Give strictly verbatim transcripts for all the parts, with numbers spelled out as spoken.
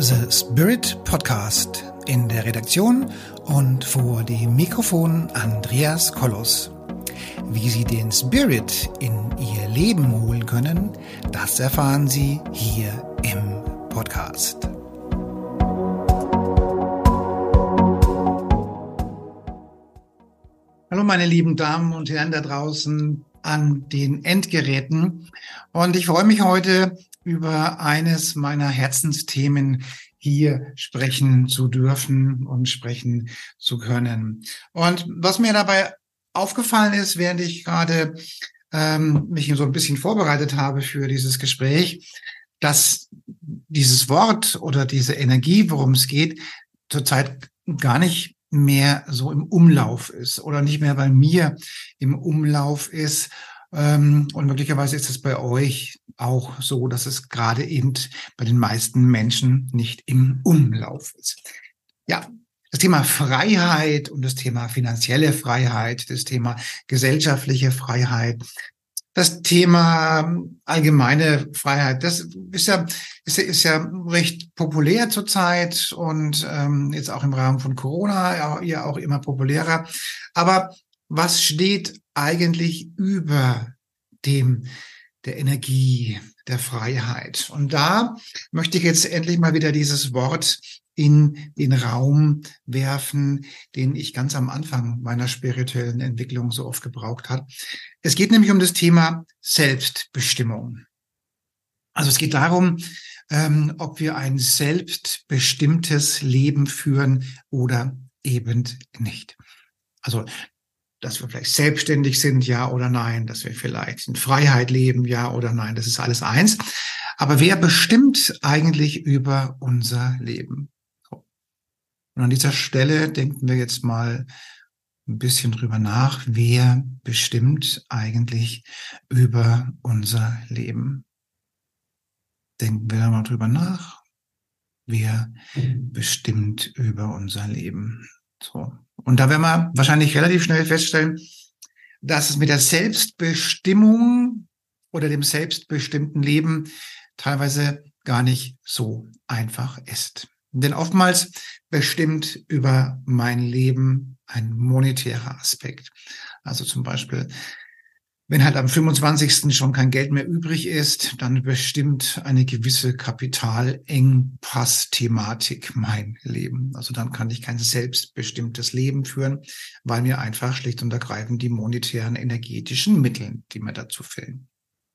The Spirit Podcast. In der Redaktion und vor dem Mikrofon Andreas Kollos. Wie Sie den Spirit in Ihr Leben holen können, das erfahren Sie hier im Podcast. Hallo meine lieben Damen und Herren da draußen an den Endgeräten. Und ich freue mich heute über eines meiner Herzensthemen hier sprechen zu dürfen und sprechen zu können. Und was mir dabei aufgefallen ist, während ich gerade ähm, mich so ein bisschen vorbereitet habe für dieses Gespräch, dass dieses Wort oder diese Energie, worum es geht, zurzeit gar nicht mehr so im Umlauf ist oder nicht mehr bei mir im Umlauf ist. Ähm, und möglicherweise ist es bei euch auch so, dass es gerade eben bei den meisten Menschen nicht im Umlauf ist. Ja, das Thema Freiheit und das Thema finanzielle Freiheit, das Thema gesellschaftliche Freiheit, das Thema allgemeine Freiheit, das ist ja, ist ja, ist ja recht populär zurzeit und ähm, jetzt auch im Rahmen von Corona ja, ja auch immer populärer. Aber was steht eigentlich über dem der Energie, der Freiheit? Und da möchte ich jetzt endlich mal wieder dieses Wort in den Raum werfen, den ich ganz am Anfang meiner spirituellen Entwicklung so oft gebraucht habe. Es geht nämlich um das Thema Selbstbestimmung. Also es geht darum, ähm, ob wir ein selbstbestimmtes Leben führen oder eben nicht. Also dass wir vielleicht selbstständig sind, ja oder nein, dass wir vielleicht in Freiheit leben, ja oder nein, das ist alles eins. Aber wer bestimmt eigentlich über unser Leben? Und an dieser Stelle denken wir jetzt mal ein bisschen drüber nach, wer bestimmt eigentlich über unser Leben? Denken wir da mal drüber nach, wer bestimmt über unser Leben? So. Und da werden wir wahrscheinlich relativ schnell feststellen, dass es mit der Selbstbestimmung oder dem selbstbestimmten Leben teilweise gar nicht so einfach ist. Denn oftmals bestimmt über mein Leben ein monetärer Aspekt. Also zum Beispiel, wenn halt am fünfundzwanzigsten schon kein Geld mehr übrig ist, dann bestimmt eine gewisse Kapitalengpass-Thematik mein Leben. Also dann kann ich kein selbstbestimmtes Leben führen, weil mir einfach schlicht und ergreifend die monetären energetischen Mittel, die mir dazu fehlen.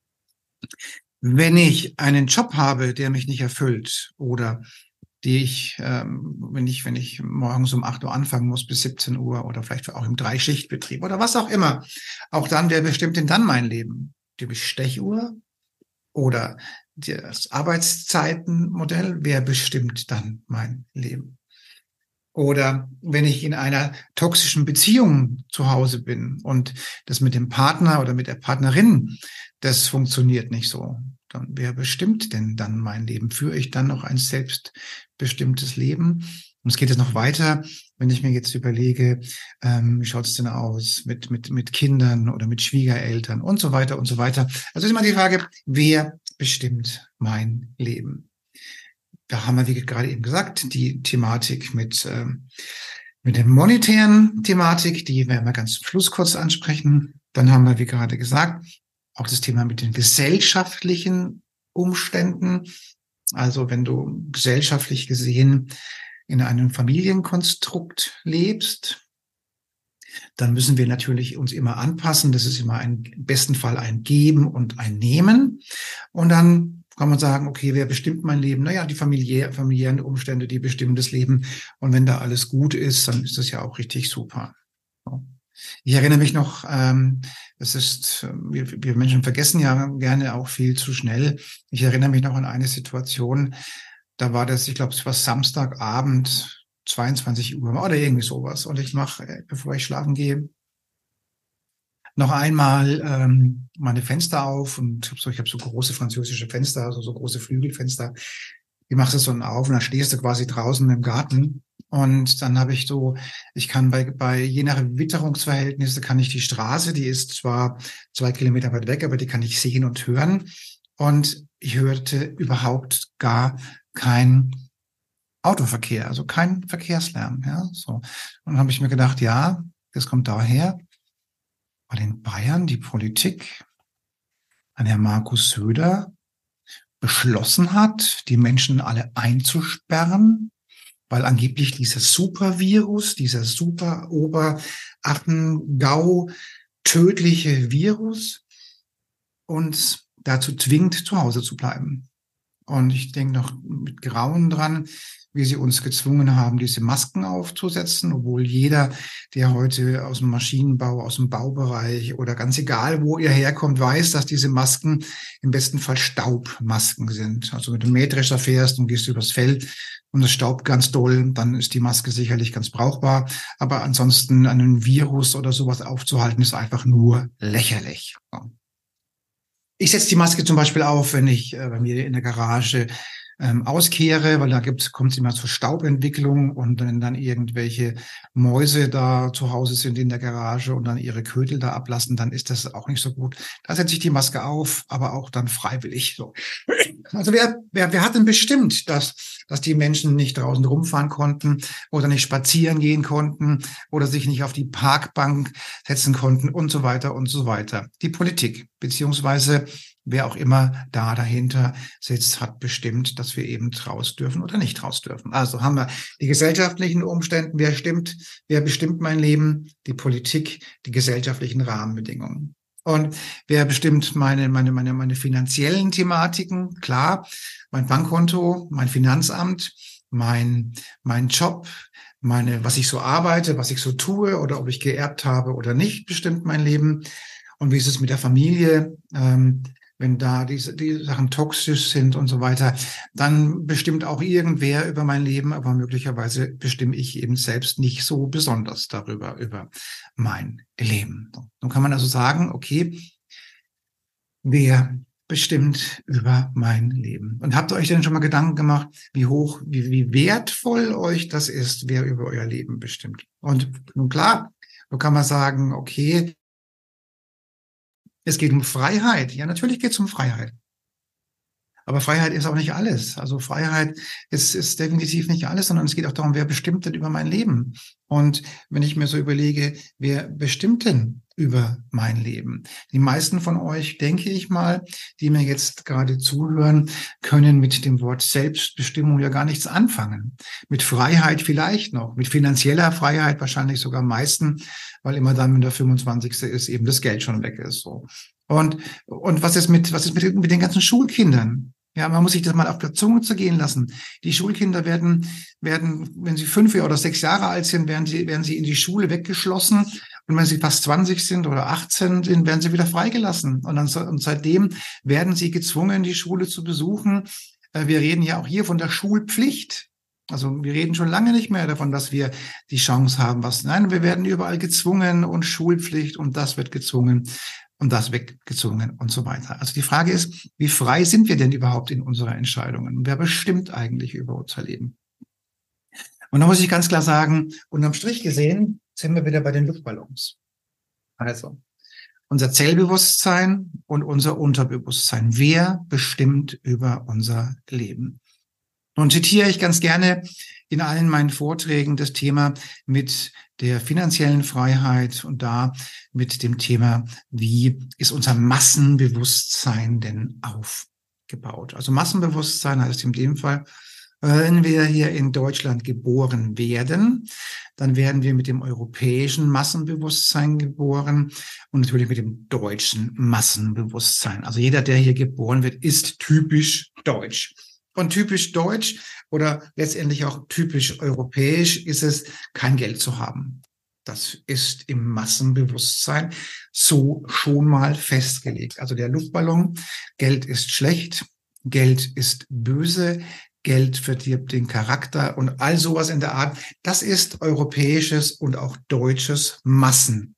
Wenn ich einen Job habe, der mich nicht erfüllt oder die ich, ähm, wenn ich, wenn ich morgens um acht Uhr anfangen muss bis siebzehn Uhr oder vielleicht auch im Dreischichtbetrieb oder was auch immer. Auch dann, wer bestimmt denn dann mein Leben? Die Bestechuhr oder das Arbeitszeitenmodell? Wer bestimmt dann mein Leben? Oder wenn ich in einer toxischen Beziehung zu Hause bin und das mit dem Partner oder mit der Partnerin, das funktioniert nicht so. Dann wer bestimmt denn dann mein Leben? Führe ich dann noch ein selbstbestimmtes Leben? Und es geht jetzt noch weiter, wenn ich mir jetzt überlege, ähm, wie schaut es denn aus mit mit mit Kindern oder mit Schwiegereltern und so weiter und so weiter. Also ist immer die Frage, wer bestimmt mein Leben? Da haben wir, wie gerade eben gesagt, die Thematik mit ähm, mit der monetären Thematik, die werden wir ganz zum Schluss kurz ansprechen. Dann haben wir, wie gerade gesagt, auch das Thema mit den gesellschaftlichen Umständen. Also wenn du gesellschaftlich gesehen in einem Familienkonstrukt lebst, dann müssen wir natürlich uns immer anpassen. Das ist immer ein, im besten Fall ein Geben und ein Nehmen. Und dann kann man sagen, okay, wer bestimmt mein Leben? Naja, die familiär, familiären Umstände, die bestimmen das Leben. Und wenn da alles gut ist, dann ist das ja auch richtig super. So. Ich erinnere mich noch, ähm, das ist, wir, wir Menschen vergessen ja gerne auch viel zu schnell. Ich erinnere mich noch an eine Situation, da war das, ich glaube, es war Samstagabend, zweiundzwanzig Uhr oder irgendwie sowas. Und ich mache, bevor ich schlafen gehe, noch einmal ähm, meine Fenster auf und ich habe so, ich hab so große französische Fenster, also so große Flügelfenster. Die machst du so auf und dann stehst du quasi draußen im Garten. Und dann habe ich so, ich kann bei, bei je nach Witterungsverhältnisse kann ich die Straße, die ist zwar zwei Kilometer weit weg, aber die kann ich sehen und hören. Und ich hörte überhaupt gar kein Autoverkehr, also kein Verkehrslärm. Ja, so. Und dann habe ich mir gedacht, ja, das kommt daher, weil in Bayern die Politik an Herrn Markus Söder beschlossen hat, die Menschen alle einzusperren, weil angeblich dieser Supervirus, dieser super Oberaffengau tödliche Virus uns dazu zwingt, zu Hause zu bleiben. Und ich denke noch mit Grauen dran, wie sie uns gezwungen haben, diese Masken aufzusetzen, obwohl jeder, der heute aus dem Maschinenbau, aus dem Baubereich oder ganz egal, wo ihr herkommt, weiß, dass diese Masken im besten Fall Staubmasken sind. Also wenn du Mähdrescher fährst und gehst übers Feld und es staubt ganz doll, dann ist die Maske sicherlich ganz brauchbar. Aber ansonsten einen Virus oder sowas aufzuhalten, ist einfach nur lächerlich. Ich setze die Maske zum Beispiel auf, wenn ich äh, bei mir in der Garage ähm, auskehre, weil da gibt's, kommt es immer zur Staubentwicklung und wenn dann irgendwelche Mäuse da zu Hause sind in der Garage und dann ihre Ködel da ablassen, dann ist das auch nicht so gut. Da setze ich die Maske auf, aber auch dann freiwillig. So. Also wer, wer, wer hat denn bestimmt, dass, dass die Menschen nicht draußen rumfahren konnten oder nicht spazieren gehen konnten oder sich nicht auf die Parkbank setzen konnten und so weiter und so weiter? Die Politik, beziehungsweise wer auch immer da dahinter sitzt, hat bestimmt, dass wir eben raus dürfen oder nicht raus dürfen. Also haben wir die gesellschaftlichen Umstände, wer stimmt, wer bestimmt mein Leben, die Politik, die gesellschaftlichen Rahmenbedingungen. Und wer bestimmt meine, meine, meine, meine finanziellen Thematiken? Klar, mein Bankkonto, mein Finanzamt, mein, mein Job, meine, was ich so arbeite, was ich so tue oder ob ich geerbt habe oder nicht, bestimmt mein Leben. Und wie ist es mit der Familie? Ähm, wenn da diese die Sachen toxisch sind und so weiter, dann bestimmt auch irgendwer über mein Leben, aber möglicherweise bestimme ich eben selbst nicht so besonders darüber, über mein Leben. Nun kann man also sagen, okay, wer bestimmt über mein Leben? Und habt ihr euch denn schon mal Gedanken gemacht, wie hoch, wie, wie wertvoll euch das ist, wer über euer Leben bestimmt? Und nun klar, so kann man sagen, okay, es geht um Freiheit. Ja, natürlich geht es um Freiheit. Aber Freiheit ist auch nicht alles. Also Freiheit ist, ist definitiv nicht alles, sondern es geht auch darum, wer bestimmt denn über mein Leben? Und wenn ich mir so überlege, wer bestimmt denn über mein Leben? Die meisten von euch, denke ich mal, die mir jetzt gerade zuhören, können mit dem Wort Selbstbestimmung ja gar nichts anfangen. Mit Freiheit vielleicht noch, mit finanzieller Freiheit wahrscheinlich sogar am meisten, weil immer dann, wenn der fünfundzwanzigste ist, eben das Geld schon weg ist. So. Und, und was ist mit, was ist mit, mit den ganzen Schulkindern? Ja, man muss sich das mal auf der Zunge zu gehen lassen. Die Schulkinder werden, werden, wenn sie fünf oder sechs Jahre alt sind, werden sie, werden sie in die Schule weggeschlossen. Und wenn sie fast zwanzig sind oder achtzehn sind, werden sie wieder freigelassen. Und, dann, und seitdem werden sie gezwungen, die Schule zu besuchen. Wir reden ja auch hier von der Schulpflicht. Also wir reden schon lange nicht mehr davon, dass wir die Chance haben, was. Nein, wir werden überall gezwungen und Schulpflicht und das wird gezwungen. Und das weggezwungen und so weiter. Also die Frage ist, wie frei sind wir denn überhaupt in unseren Entscheidungen? Wer bestimmt eigentlich über unser Leben? Und da muss ich ganz klar sagen, unterm Strich gesehen, sind wir wieder bei den Luftballons. Also, unser Zellbewusstsein und unser Unterbewusstsein. Wer bestimmt über unser Leben? Nun zitiere ich ganz gerne in allen meinen Vorträgen das Thema mit der finanziellen Freiheit und da mit dem Thema, wie ist unser Massenbewusstsein denn aufgebaut? Also Massenbewusstsein heißt in dem Fall, wenn wir hier in Deutschland geboren werden, dann werden wir mit dem europäischen Massenbewusstsein geboren und natürlich mit dem deutschen Massenbewusstsein. Also jeder, der hier geboren wird, ist typisch deutsch. Und typisch deutsch oder letztendlich auch typisch europäisch ist es, kein Geld zu haben. Das ist im Massenbewusstsein so schon mal festgelegt. Also der Luftballon, Geld ist schlecht, Geld ist böse, Geld verdirbt den Charakter und all sowas in der Art. Das ist europäisches und auch deutsches Massenbewusstsein.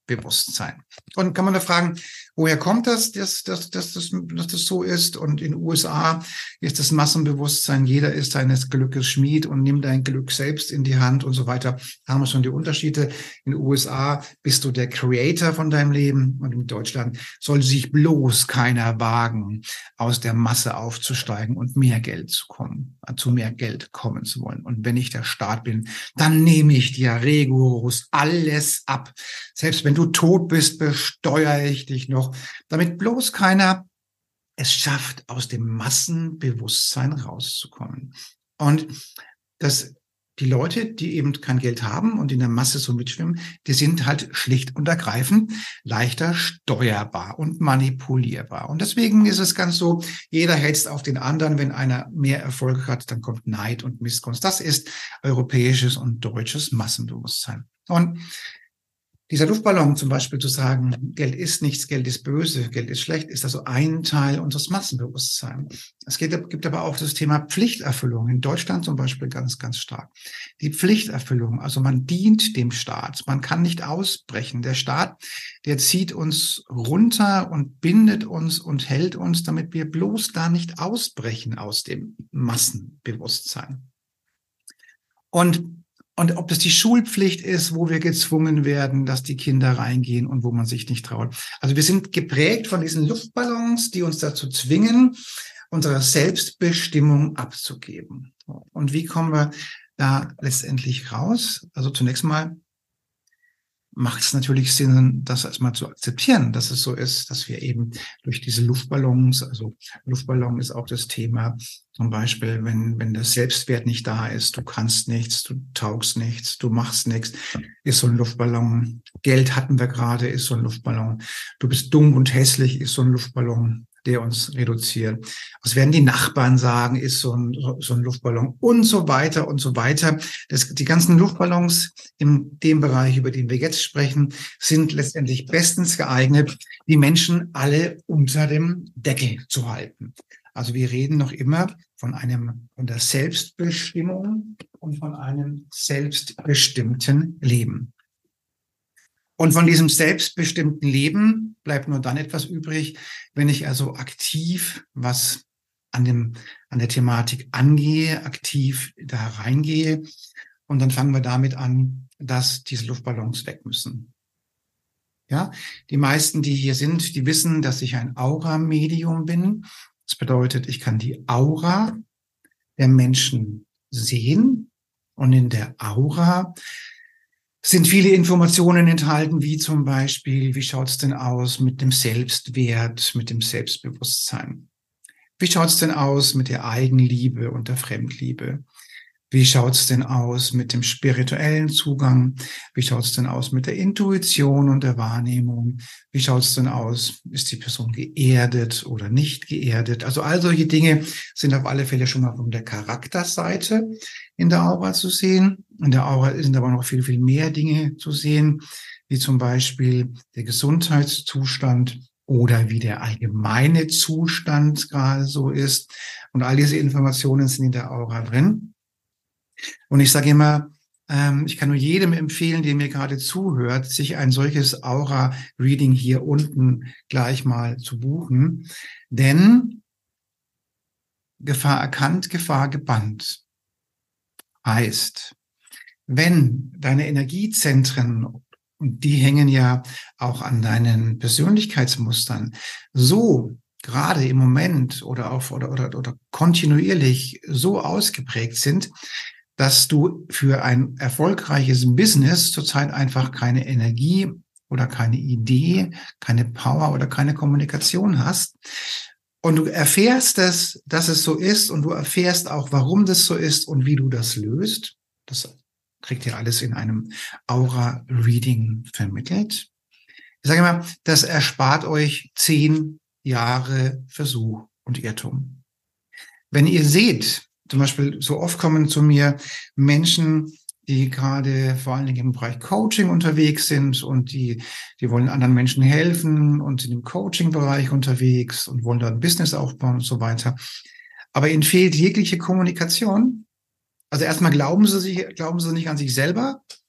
Massebewusstsein. Und kann man da fragen, woher kommt das, dass, dass, dass, dass, dass das so ist? Und in den U S A ist das Massenbewusstsein, jeder ist seines Glückes Schmied und nimmt dein Glück selbst in die Hand und so weiter. Da haben wir schon die Unterschiede. In den U S A bist du der Creator von deinem Leben und in Deutschland soll sich bloß keiner wagen, aus der Masse aufzusteigen und mehr Geld zu kommen, zu mehr Geld kommen zu wollen. Und wenn ich der Staat bin, dann nehme ich dir rigoros alles ab. Selbst wenn du tot bist, besteuere ich dich noch, damit bloß keiner es schafft, aus dem Massenbewusstsein rauszukommen. Und das, die Leute, die eben kein Geld haben und in der Masse so mitschwimmen, die sind halt schlicht und ergreifend leichter steuerbar und manipulierbar. Und deswegen ist es ganz so, jeder hetzt auf den anderen. Wenn einer mehr Erfolg hat, dann kommt Neid und Missgunst. Das ist europäisches und deutsches Massenbewusstsein. Und dieser Luftballon zum Beispiel zu sagen, Geld ist nichts, Geld ist böse, Geld ist schlecht, ist also ein Teil unseres Massenbewusstseins. Es geht, gibt aber auch das Thema Pflichterfüllung. In Deutschland zum Beispiel ganz, ganz stark. Die Pflichterfüllung, also man dient dem Staat, man kann nicht ausbrechen. Der Staat, der zieht uns runter und bindet uns und hält uns, damit wir bloß da nicht ausbrechen aus dem Massenbewusstsein. Und Und ob das die Schulpflicht ist, wo wir gezwungen werden, dass die Kinder reingehen und wo man sich nicht traut. Also wir sind geprägt von diesen Luftballons, die uns dazu zwingen, unsere Selbstbestimmung abzugeben. Und wie kommen wir da letztendlich raus? Also zunächst mal macht es natürlich Sinn, das erstmal zu akzeptieren, dass es so ist, dass wir eben durch diese Luftballons, also Luftballon ist auch das Thema, zum Beispiel, wenn, wenn der Selbstwert nicht da ist, du kannst nichts, du taugst nichts, du machst nichts, ist so ein Luftballon. Geld hatten wir gerade, ist so ein Luftballon. Du bist dumm und hässlich, ist so ein Luftballon, der uns reduziert. Was werden die Nachbarn sagen, ist so ein, so ein Luftballon und so weiter und so weiter. Das, die ganzen Luftballons in dem Bereich, über den wir jetzt sprechen, sind letztendlich bestens geeignet, die Menschen alle unter dem Deckel zu halten. Also wir reden noch immer von einem, von der Selbstbestimmung und von einem selbstbestimmten Leben. Und von diesem selbstbestimmten Leben bleibt nur dann etwas übrig, wenn ich also aktiv was an dem, an der Thematik angehe, aktiv da reingehe. Und dann fangen wir damit an, dass diese Luftballons weg müssen. Ja, die meisten, die hier sind, die wissen, dass ich ein Aura-Medium bin. Das bedeutet, ich kann die Aura der Menschen sehen und in der Aura sind viele Informationen enthalten, wie zum Beispiel, wie schaut's denn aus mit dem Selbstwert, mit dem Selbstbewusstsein? Wie schaut's denn aus mit der Eigenliebe und der Fremdliebe? Wie schaut's denn aus mit dem spirituellen Zugang? Wie schaut's denn aus mit der Intuition und der Wahrnehmung? Wie schaut's denn aus? Ist die Person geerdet oder nicht geerdet? Also all solche Dinge sind auf alle Fälle schon mal von der Charakterseite in der Aura zu sehen. In der Aura sind aber noch viel, viel mehr Dinge zu sehen, wie zum Beispiel der Gesundheitszustand oder wie der allgemeine Zustand gerade so ist. Und all diese Informationen sind in der Aura drin. Und ich sage immer, ähm, ich kann nur jedem empfehlen, der mir gerade zuhört, sich ein solches Aura-Reading hier unten gleich mal zu buchen. Denn Gefahr erkannt, Gefahr gebannt. Heißt, wenn deine Energiezentren, und die hängen ja auch an deinen Persönlichkeitsmustern, so gerade im Moment oder auch oder, oder, oder kontinuierlich so ausgeprägt sind, dass du für ein erfolgreiches Business zurzeit einfach keine Energie oder keine Idee, keine Power oder keine Kommunikation hast. Und du erfährst es, dass es so ist und du erfährst auch, warum das so ist und wie du das löst. Das kriegt ihr alles in einem Aura-Reading vermittelt. Ich sage immer, das erspart euch zehn Jahre Versuch und Irrtum. Wenn ihr seht, zum Beispiel so oft kommen zu mir Menschen, die gerade vor allen Dingen im Bereich Coaching unterwegs sind und die, die wollen anderen Menschen helfen und sind im Coaching-Bereich unterwegs und wollen dort ein Business aufbauen und so weiter. Aber ihnen fehlt jegliche Kommunikation. Also erstmal glauben sie sich, glauben sie nicht an sich selber.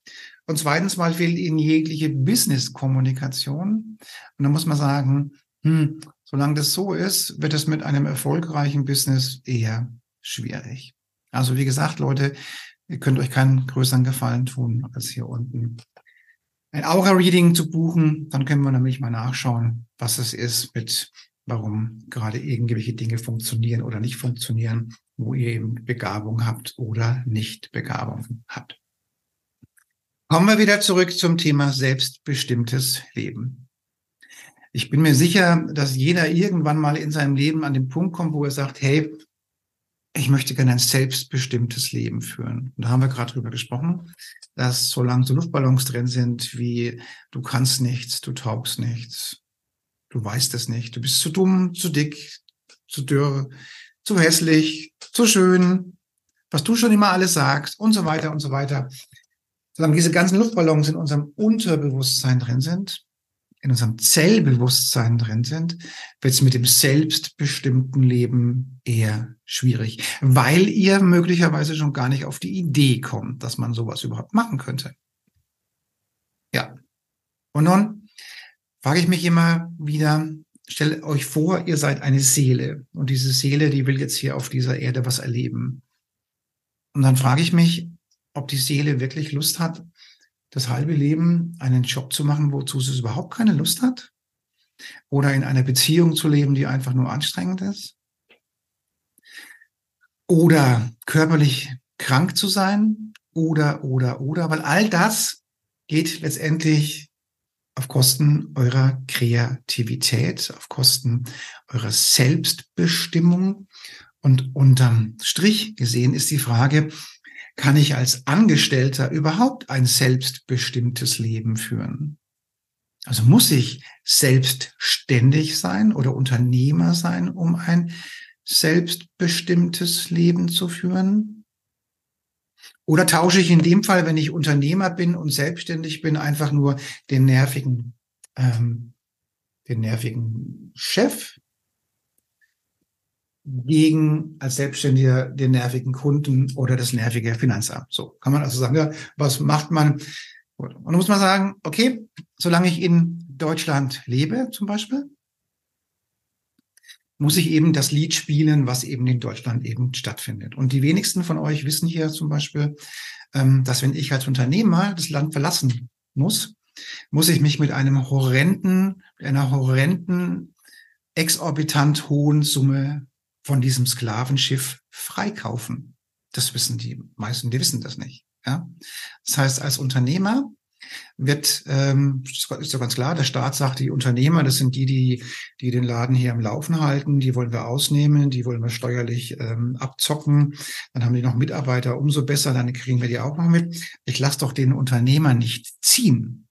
Und zweitens mal fehlt ihnen jegliche Business-Kommunikation. Und da muss man sagen, hm, solange das so ist, wird es mit einem erfolgreichen Business eher schwierig. Also wie gesagt, Leute, ihr könnt euch keinen größeren Gefallen tun, als hier unten ein Aura-Reading zu buchen. Dann können wir nämlich mal nachschauen, was es ist, mit warum gerade irgendwelche Dinge funktionieren oder nicht funktionieren, wo ihr eben Begabung habt oder nicht Begabung habt. Kommen wir wieder zurück zum Thema selbstbestimmtes Leben. Ich bin mir sicher, dass jeder irgendwann mal in seinem Leben an den Punkt kommt, wo er sagt, hey, ich möchte gerne ein selbstbestimmtes Leben führen. Und da haben wir gerade drüber gesprochen, dass solange so Luftballons drin sind, wie du kannst nichts, du taugst nichts, du weißt es nicht, du bist zu dumm, zu dick, zu dürr, zu hässlich, zu schön, was du schon immer alles sagst und so weiter und so weiter. Solange diese ganzen Luftballons in unserem Unterbewusstsein drin sind, in unserem Zellbewusstsein drin sind, wird es mit dem selbstbestimmten Leben eher schwierig, weil ihr möglicherweise schon gar nicht auf die Idee kommt, dass man sowas überhaupt machen könnte. Ja. Und nun frage ich mich immer wieder, stellt euch vor, ihr seid eine Seele und diese Seele, die will jetzt hier auf dieser Erde was erleben. Und dann frage ich mich, ob die Seele wirklich Lust hat, das halbe Leben einen Job zu machen, wozu sie überhaupt keine Lust hat? Oder in einer Beziehung zu leben, die einfach nur anstrengend ist? Oder körperlich krank zu sein? Oder, oder, oder, weil all das geht letztendlich auf Kosten eurer Kreativität, auf Kosten eurer Selbstbestimmung. Und unterm Strich gesehen ist die Frage, kann ich als Angestellter überhaupt ein selbstbestimmtes Leben führen? Also muss ich selbstständig sein oder Unternehmer sein, um ein selbstbestimmtes Leben zu führen? Oder tausche ich in dem Fall, wenn ich Unternehmer bin und selbstständig bin, einfach nur den nervigen, ähm, den nervigen Chef gegen als Selbstständiger den nervigen Kunden oder das nervige Finanzamt. So kann man also sagen, ja, was macht man? Und dann muss man sagen, okay, solange ich in Deutschland lebe zum Beispiel, muss ich eben das Lied spielen, was eben in Deutschland eben stattfindet. Und die wenigsten von euch wissen hier zum Beispiel, dass wenn ich als Unternehmer das Land verlassen muss, muss ich mich mit einem horrenden, mit einer horrenden, exorbitant hohen Summe von diesem Sklavenschiff freikaufen. Das wissen die meisten, die wissen das nicht. Ja? Das heißt, als Unternehmer wird, ähm, ist ja ganz klar, der Staat sagt, die Unternehmer, das sind die, die, die den Laden hier am Laufen halten, die wollen wir ausnehmen, die wollen wir steuerlich ähm, abzocken, dann haben die noch Mitarbeiter, umso besser, dann kriegen wir die auch noch mit. Ich lasse doch den Unternehmer nicht ziehen.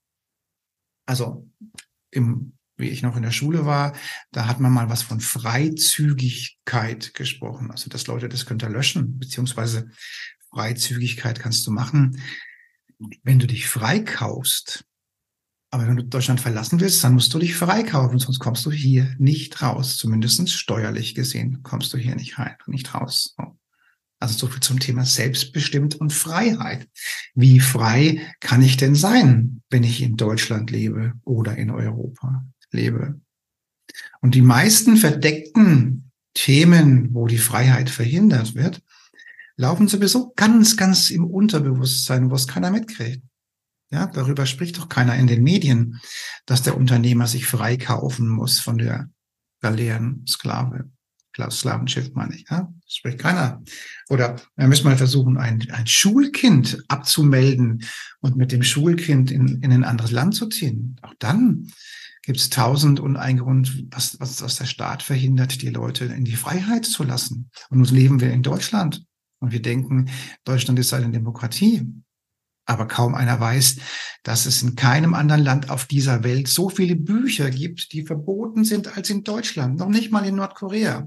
Also im wie ich noch in der Schule war, da hat man mal was von Freizügigkeit gesprochen. Also dass Leute, das könnt ihr löschen, beziehungsweise Freizügigkeit kannst du machen, wenn du dich freikaufst. Aber wenn du Deutschland verlassen willst, dann musst du dich freikaufen, sonst kommst du hier nicht raus. Zumindest steuerlich gesehen kommst du hier nicht rein, nicht raus. Also so viel zum Thema Selbstbestimmt und Freiheit. Wie frei kann ich denn sein, wenn ich in Deutschland lebe oder in Europa lebe? Und die meisten verdeckten Themen, wo die Freiheit verhindert wird, laufen sowieso ganz, ganz im Unterbewusstsein, wo es keiner mitkriegt. Ja, darüber spricht doch keiner in den Medien, dass der Unternehmer sich freikaufen muss von der Galeeren Sklave. Sklavenschiff meine ich, ja? Das spricht keiner. Oder wir müssen mal versuchen, ein, ein Schulkind abzumelden und mit dem Schulkind in, in ein anderes Land zu ziehen. Auch dann gibt es tausend und ein Grund, was, was, was der Staat verhindert, die Leute in die Freiheit zu lassen. Und nun leben wir in Deutschland und wir denken, Deutschland ist eine Demokratie. Aber kaum einer weiß, dass es in keinem anderen Land auf dieser Welt so viele Bücher gibt, die verboten sind als in Deutschland. Noch nicht mal in Nordkorea.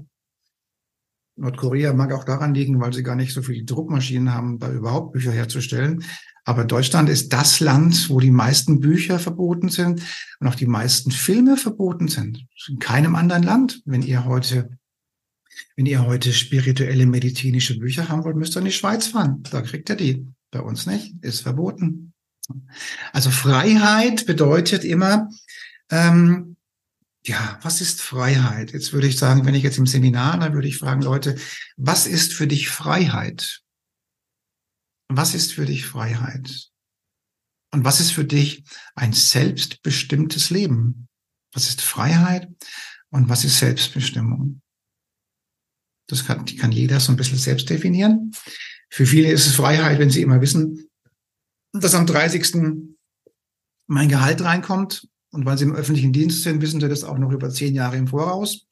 Nordkorea mag auch daran liegen, weil sie gar nicht so viele Druckmaschinen haben, da überhaupt Bücher herzustellen. Aber Deutschland ist das Land, wo die meisten Bücher verboten sind und auch die meisten Filme verboten sind. In keinem anderen Land. Wenn ihr heute, wenn ihr heute spirituelle, medizinische Bücher haben wollt, müsst ihr in die Schweiz fahren. Da kriegt ihr die. Bei uns nicht. Ist verboten. Also Freiheit bedeutet immer, ähm, ja, was ist Freiheit? Jetzt würde ich sagen, wenn ich jetzt im Seminar, dann würde ich fragen, Leute, was ist für dich Freiheit? Was ist für dich Freiheit? Und was ist für dich ein selbstbestimmtes Leben? Was ist Freiheit und was ist Selbstbestimmung? Das kann, die kann jeder so ein bisschen selbst definieren. Für viele ist es Freiheit, wenn sie immer wissen, dass am dreißigsten mein Gehalt reinkommt. Und weil sie im öffentlichen Dienst sind, wissen sie das auch noch über zehn Jahre im Voraus.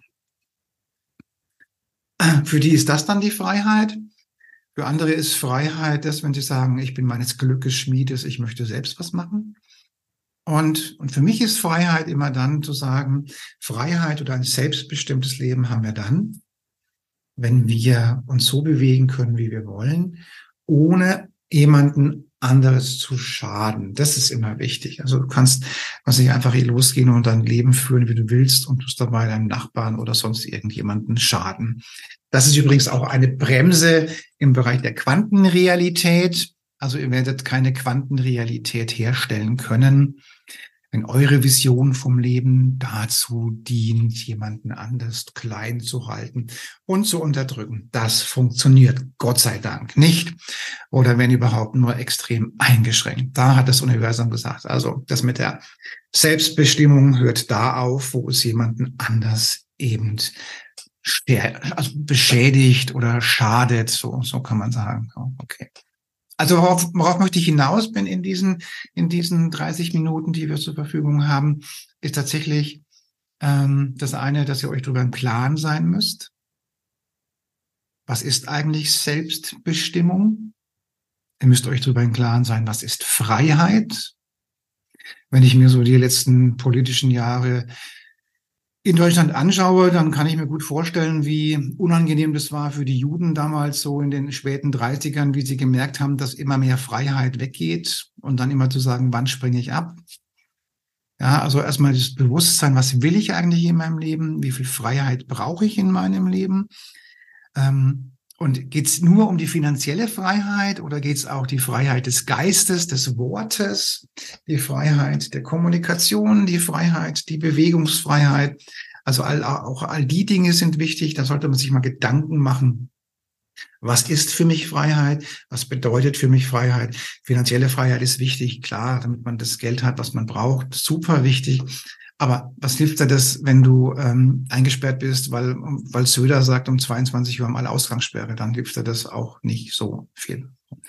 Für die ist das dann die Freiheit. Für andere ist Freiheit das, wenn sie sagen, ich bin meines Glückes Schmiedes, ich möchte selbst was machen. Und, und für mich ist Freiheit immer dann zu sagen, Freiheit oder ein selbstbestimmtes Leben haben wir dann, wenn wir uns so bewegen können, wie wir wollen, ohne jemanden anderes zu schaden. Das ist immer wichtig. Also du kannst, kannst nicht einfach hier losgehen und dein Leben führen, wie du willst, und tust dabei deinem Nachbarn oder sonst irgendjemanden schaden. Das ist übrigens auch eine Bremse im Bereich der Quantenrealität. Also ihr werdet keine Quantenrealität herstellen können, wenn eure Vision vom Leben dazu dient, jemanden anders klein zu halten und zu unterdrücken. Das funktioniert Gott sei Dank nicht oder wenn überhaupt nur extrem eingeschränkt. Da hat das Universum gesagt, also das mit der Selbstbestimmung hört da auf, wo es jemanden anders eben also beschädigt oder schadet, so, so kann man sagen. Okay. Also worauf, worauf möchte ich hinaus bin in diesen, in diesen dreißig Minuten, die wir zur Verfügung haben, ist tatsächlich ähm, das eine, dass ihr euch darüber im Klaren sein müsst. Was ist eigentlich Selbstbestimmung? Ihr müsst euch darüber im Klaren sein, was ist Freiheit? Wenn ich mir so die letzten politischen Jahre in Deutschland anschaue, dann kann ich mir gut vorstellen, wie unangenehm das war für die Juden damals so in den späten dreißigern, wie sie gemerkt haben, dass immer mehr Freiheit weggeht und dann immer zu sagen, wann springe ich ab? Ja, also erstmal das Bewusstsein, was will ich eigentlich in meinem Leben? Wie viel Freiheit brauche ich in meinem Leben? Ähm, und geht es nur um die finanzielle Freiheit oder geht es auch die Freiheit des Geistes, des Wortes, die Freiheit der Kommunikation, die Freiheit, die Bewegungsfreiheit? Also all, auch all die Dinge sind wichtig. Da sollte man sich mal Gedanken machen. Was ist für mich Freiheit? Was bedeutet für mich Freiheit? Finanzielle Freiheit ist wichtig, klar, damit man das Geld hat, was man braucht. Super wichtig. Aber was hilft dir das, wenn du ähm, eingesperrt bist, weil, weil Söder sagt, um zweiundzwanzig Uhr haben alle Ausgangssperre? Dann hilft dir das auch nicht so viel.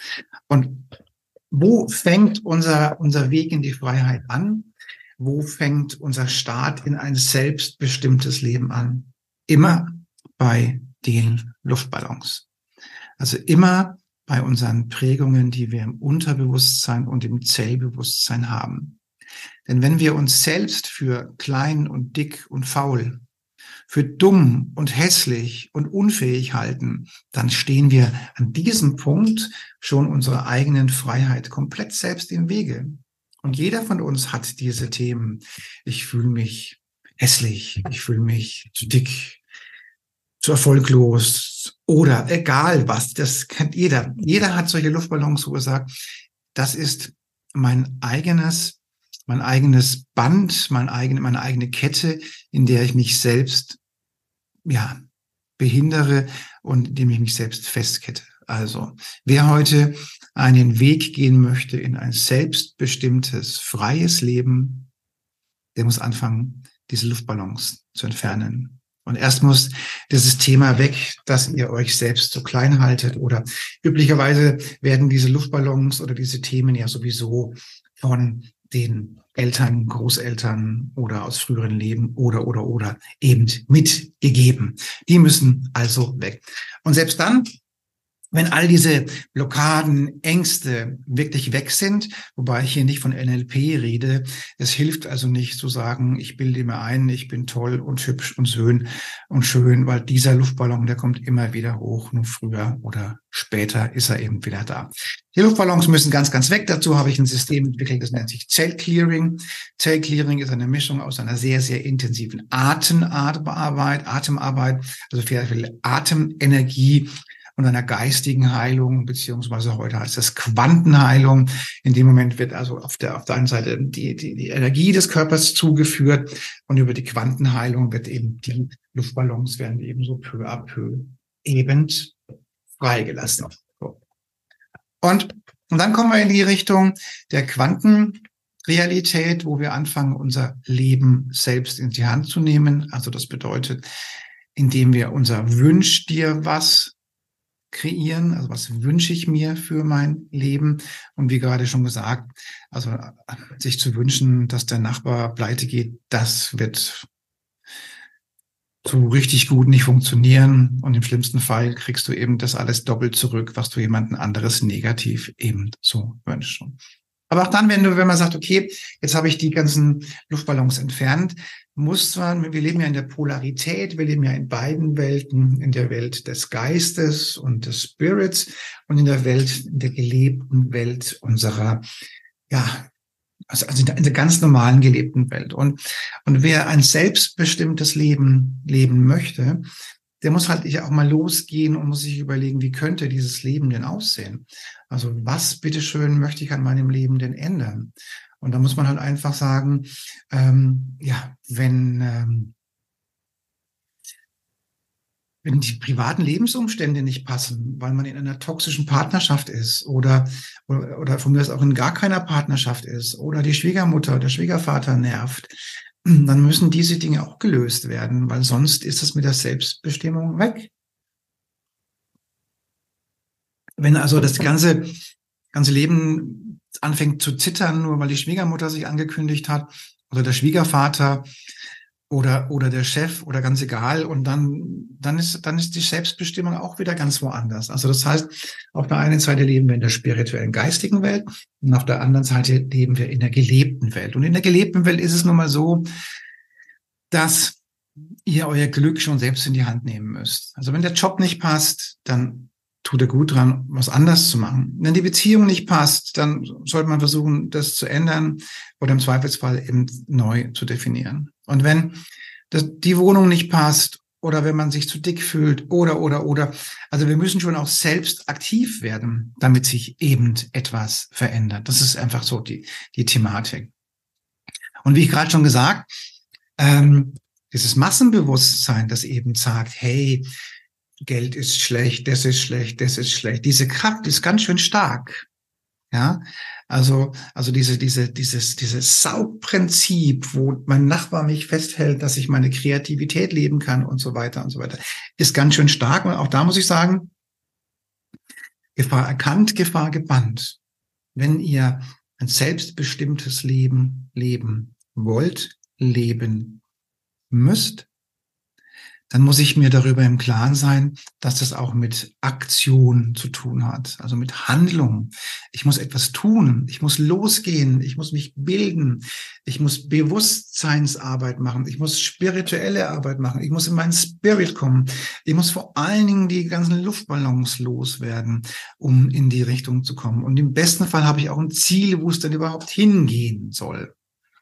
Und wo fängt unser, unser Weg in die Freiheit an? Wo fängt unser Start in ein selbstbestimmtes Leben an? Immer bei den Luftballons. Also immer bei unseren Prägungen, die wir im Unterbewusstsein und im Zellbewusstsein haben. Denn wenn wir uns selbst für klein und dick und faul, für dumm und hässlich und unfähig halten, dann stehen wir an diesem Punkt schon unserer eigenen Freiheit komplett selbst im Wege. Und jeder von uns hat diese Themen. Ich fühle mich hässlich, ich fühle mich zu dick, zu erfolglos oder egal was. Das kennt jeder. Jeder hat solche Luftballons, wo er sagt, das ist mein eigenes mein eigenes Band, mein eigene, meine eigene Kette, in der ich mich selbst, ja, behindere und in dem ich mich selbst festkette. Also, wer heute einen Weg gehen möchte in ein selbstbestimmtes, freies Leben, der muss anfangen, diese Luftballons zu entfernen. Und erst muss dieses Thema weg, dass ihr euch selbst so klein haltet oder üblicherweise werden diese Luftballons oder diese Themen ja sowieso von den Eltern, Großeltern oder aus früheren Leben oder, oder, oder eben mitgegeben. Die müssen also weg. Und selbst dann, wenn all diese Blockaden, Ängste wirklich weg sind, wobei ich hier nicht von N L P rede, es hilft also nicht zu sagen, ich bilde mir ein, ich bin toll und hübsch und schön und schön, weil dieser Luftballon, der kommt immer wieder hoch, nur früher oder später ist er eben wieder da. Die Luftballons müssen ganz, ganz weg. Dazu habe ich ein System entwickelt, das nennt sich Zellclearing. Zellclearing ist eine Mischung aus einer sehr, sehr intensiven Atemarbeit, Atemarbeit, also sehr viel Atemenergie, und einer geistigen Heilung, beziehungsweise heute heißt das Quantenheilung. In dem Moment wird also auf der, auf der einen Seite die, die, die Energie des Körpers zugeführt und über die Quantenheilung wird eben die Luftballons werden eben so peu à peu eben freigelassen. So. Und, und dann kommen wir in die Richtung der Quantenrealität, wo wir anfangen, unser Leben selbst in die Hand zu nehmen. Also das bedeutet, indem wir unser Wünsch dir was kreieren, also was wünsche ich mir für mein Leben? Und wie gerade schon gesagt, also sich zu wünschen, dass der Nachbar pleite geht, das wird so richtig gut nicht funktionieren. Und im schlimmsten Fall kriegst du eben das alles doppelt zurück, was du jemanden anderes negativ eben so wünschst. Aber auch dann, wenn du, wenn man sagt, okay, jetzt habe ich die ganzen Luftballons entfernt, muss man, wir leben ja in der Polarität, wir leben ja in beiden Welten, in der Welt des Geistes und des Spirits und in der Welt, in der gelebten Welt unserer, ja, also in der, in der ganz normalen gelebten Welt. Und, und wer ein selbstbestimmtes Leben leben möchte, der muss halt auch mal losgehen und muss sich überlegen, wie könnte dieses Leben denn aussehen? Also was, bitteschön, möchte ich an meinem Leben denn ändern? Und da muss man halt einfach sagen, ähm, ja, wenn, ähm, wenn die privaten Lebensumstände nicht passen, weil man in einer toxischen Partnerschaft ist oder, oder, oder von mir aus auch in gar keiner Partnerschaft ist oder die Schwiegermutter, der Schwiegervater nervt, dann müssen diese Dinge auch gelöst werden, weil sonst ist es mit der Selbstbestimmung weg. Wenn also das ganze, ganze Leben anfängt zu zittern, nur weil die Schwiegermutter sich angekündigt hat oder der Schwiegervater oder, oder der Chef oder ganz egal, und dann, dann ist, dann ist die Selbstbestimmung auch wieder ganz woanders. Also das heißt, auf der einen Seite leben wir in der spirituellen, geistigen Welt und auf der anderen Seite leben wir in der gelebten Welt. Und in der gelebten Welt ist es nun mal so, dass ihr euer Glück schon selbst in die Hand nehmen müsst. Also wenn der Job nicht passt, dann tut er gut dran, was anders zu machen. Wenn die Beziehung nicht passt, dann sollte man versuchen, das zu ändern oder im Zweifelsfall eben neu zu definieren. Und wenn das, die Wohnung nicht passt oder wenn man sich zu dick fühlt oder, oder, oder, also wir müssen schon auch selbst aktiv werden, damit sich eben etwas verändert. Das ist einfach so die, die Thematik. Und wie ich gerade schon gesagt, ähm, dieses Massenbewusstsein, das eben sagt, hey, Geld ist schlecht, das ist schlecht, das ist schlecht. Diese Kraft ist ganz schön stark. Ja, also, also diese, diese, dieses, dieses Saugprinzip, wo mein Nachbar mich festhält, dass ich meine Kreativität leben kann und so weiter und so weiter, ist ganz schön stark. Und auch da muss ich sagen, Gefahr erkannt, Gefahr gebannt. Wenn ihr ein selbstbestimmtes Leben leben wollt, leben müsst, dann muss ich mir darüber im Klaren sein, dass das auch mit Aktion zu tun hat, also mit Handlung. Ich muss etwas tun, ich muss losgehen, ich muss mich bilden, ich muss Bewusstseinsarbeit machen, ich muss spirituelle Arbeit machen, ich muss in meinen Spirit kommen, ich muss vor allen Dingen die ganzen Luftballons loswerden, um in die Richtung zu kommen. Und im besten Fall habe ich auch ein Ziel, wo es denn überhaupt hingehen soll.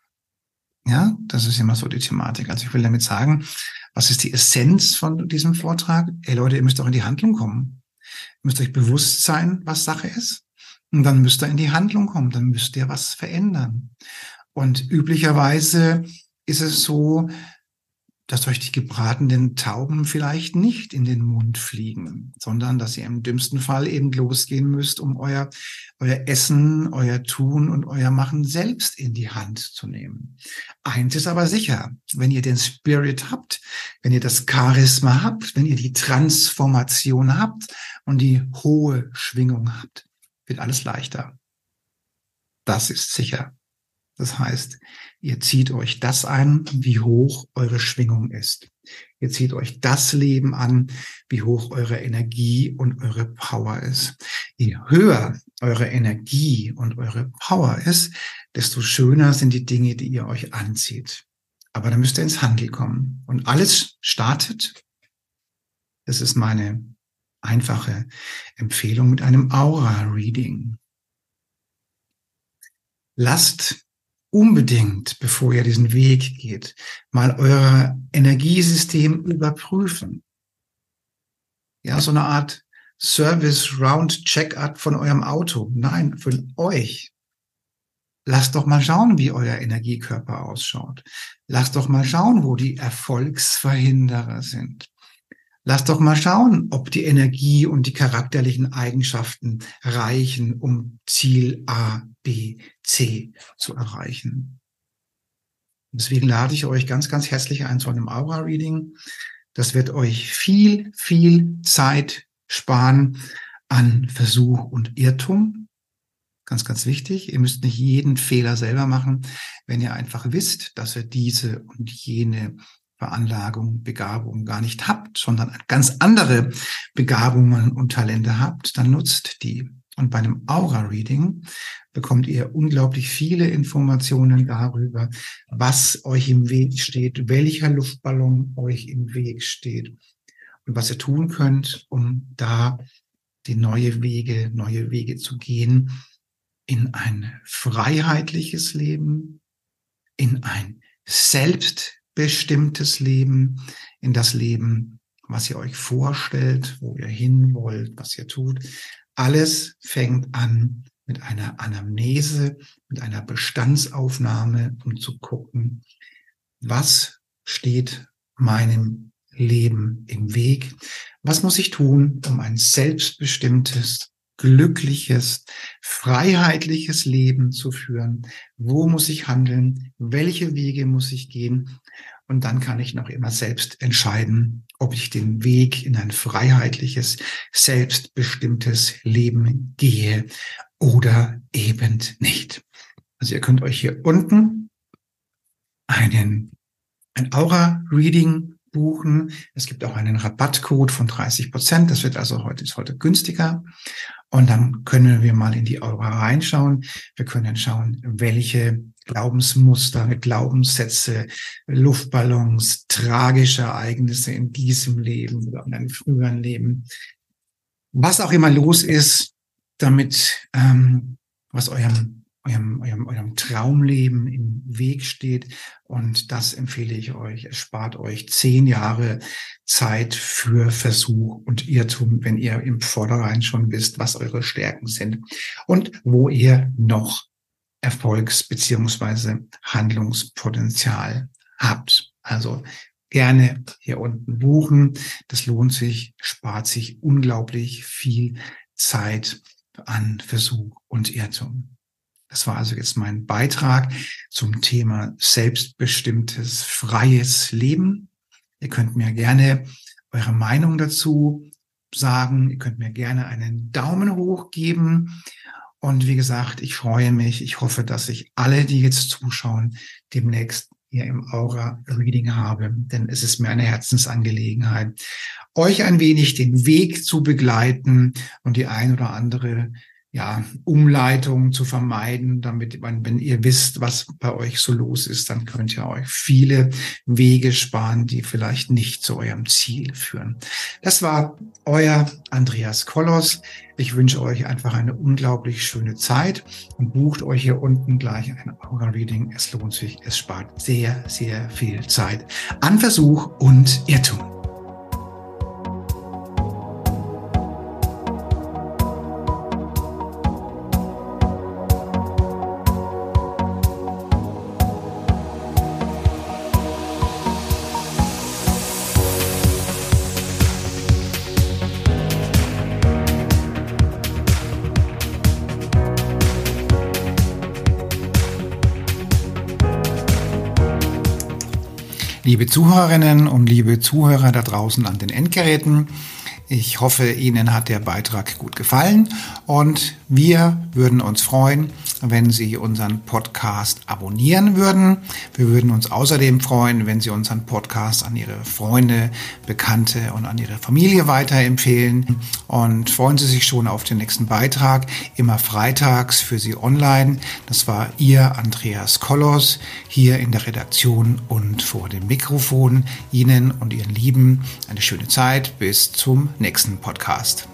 Ja, das ist immer so die Thematik. Also ich will damit sagen, was ist die Essenz von diesem Vortrag? Ey Leute, ihr müsst auch in die Handlung kommen. Ihr müsst euch bewusst sein, was Sache ist. Und dann müsst ihr in die Handlung kommen. Dann müsst ihr was verändern. Und üblicherweise ist es so, dass euch die gebratenen Tauben vielleicht nicht in den Mund fliegen, sondern dass ihr im dümmsten Fall eben losgehen müsst, um euer, euer Essen, euer Tun und euer Machen selbst in die Hand zu nehmen. Eins ist aber sicher, wenn ihr den Spirit habt, wenn ihr das Charisma habt, wenn ihr die Transformation habt und die hohe Schwingung habt, wird alles leichter. Das ist sicher. Das heißt, ihr zieht euch das an, wie hoch eure Schwingung ist. Ihr zieht euch das Leben an, wie hoch eure Energie und eure Power ist. Je höher eure Energie und eure Power ist, desto schöner sind die Dinge, die ihr euch anzieht. Aber da müsst ihr ins Handeln kommen. Und alles startet, das ist meine einfache Empfehlung, mit einem Aura-Reading. Lasst unbedingt, bevor ihr diesen Weg geht, mal euer Energiesystem überprüfen. Ja, so eine Art, Service Round Check-up von eurem Auto. Nein, von euch. Lasst doch mal schauen, wie euer Energiekörper ausschaut. Lasst doch mal schauen, wo die Erfolgsverhinderer sind. Lasst doch mal schauen, ob die Energie und die charakterlichen Eigenschaften reichen, um Ziel A, B, C zu erreichen. Deswegen lade ich euch ganz, ganz herzlich ein zu einem Aura-Reading. Das wird euch viel, viel Zeit sparen an Versuch und Irrtum. Ganz, ganz wichtig. Ihr müsst nicht jeden Fehler selber machen, wenn ihr einfach wisst, dass ihr diese und jene Veranlagung, Begabung gar nicht habt, sondern ganz andere Begabungen und Talente habt, dann nutzt die. Und bei einem Aura-Reading bekommt ihr unglaublich viele Informationen darüber, was euch im Weg steht, welcher Luftballon euch im Weg steht und was ihr tun könnt, um da die neue Wege, neue Wege zu gehen in ein freiheitliches Leben, in ein selbstbestimmtes Leben, in das Leben, was ihr euch vorstellt, wo ihr hin wollt, was ihr tut. Alles fängt an mit einer Anamnese, mit einer Bestandsaufnahme, um zu gucken, was steht meinem Leben im Weg? Was muss ich tun, um ein selbstbestimmtes, glückliches, freiheitliches Leben zu führen? Wo muss ich handeln? Welche Wege muss ich gehen? Und dann kann ich noch immer selbst entscheiden, ob ich den Weg in ein freiheitliches, selbstbestimmtes Leben gehe oder eben nicht. Also ihr könnt euch hier unten einen, ein Aura-Reading buchen. Es gibt auch einen Rabattcode von dreißig Prozent. Das wird also heute, ist heute günstiger. Und dann können wir mal in die Aura reinschauen. Wir können schauen, welche Glaubensmuster, Glaubenssätze, Luftballons, tragische Ereignisse in diesem Leben oder in einem früheren Leben, was auch immer los ist, damit ähm, was eurem, eurem, eurem, eurem Traumleben im Weg steht. Und das empfehle ich euch. Es spart euch zehn Jahre Zeit für Versuch und Irrtum, wenn ihr im Vornherein schon wisst, was eure Stärken sind und wo ihr noch Erfolgs- beziehungsweise Handlungspotenzial habt. Also gerne hier unten buchen. Das lohnt sich, spart sich unglaublich viel Zeit an Versuch und Irrtum. Das war also jetzt mein Beitrag zum Thema selbstbestimmtes, freies Leben. Ihr könnt mir gerne eure Meinung dazu sagen. Ihr könnt mir gerne einen Daumen hoch geben. Und wie gesagt, ich freue mich. Ich hoffe, dass ich alle, die jetzt zuschauen, demnächst hier im Aura-Reading habe. Denn es ist mir eine Herzensangelegenheit, euch ein wenig den Weg zu begleiten und die ein oder andere ja, Umleitung zu vermeiden, damit, wenn ihr wisst, was bei euch so los ist, dann könnt ihr euch viele Wege sparen, die vielleicht nicht zu eurem Ziel führen. Das war euer Andreas Kollos. Ich wünsche euch einfach eine unglaublich schöne Zeit und bucht euch hier unten gleich ein Aura-Reading. Es lohnt sich, es spart sehr, sehr viel Zeit an Versuch und Irrtum. Liebe Zuhörerinnen und liebe Zuhörer da draußen an den Endgeräten, ich hoffe, Ihnen hat der Beitrag gut gefallen und wir würden uns freuen, wenn Sie unseren Podcast abonnieren würden. Wir würden uns außerdem freuen, wenn Sie unseren Podcast an Ihre Freunde, Bekannte und an Ihre Familie weiterempfehlen. Und freuen Sie sich schon auf den nächsten Beitrag, immer freitags für Sie online. Das war Ihr Andreas Kollos hier in der Redaktion und vor dem Mikrofon. Ihnen und Ihren Lieben eine schöne Zeit. Bis zum nächsten Podcast.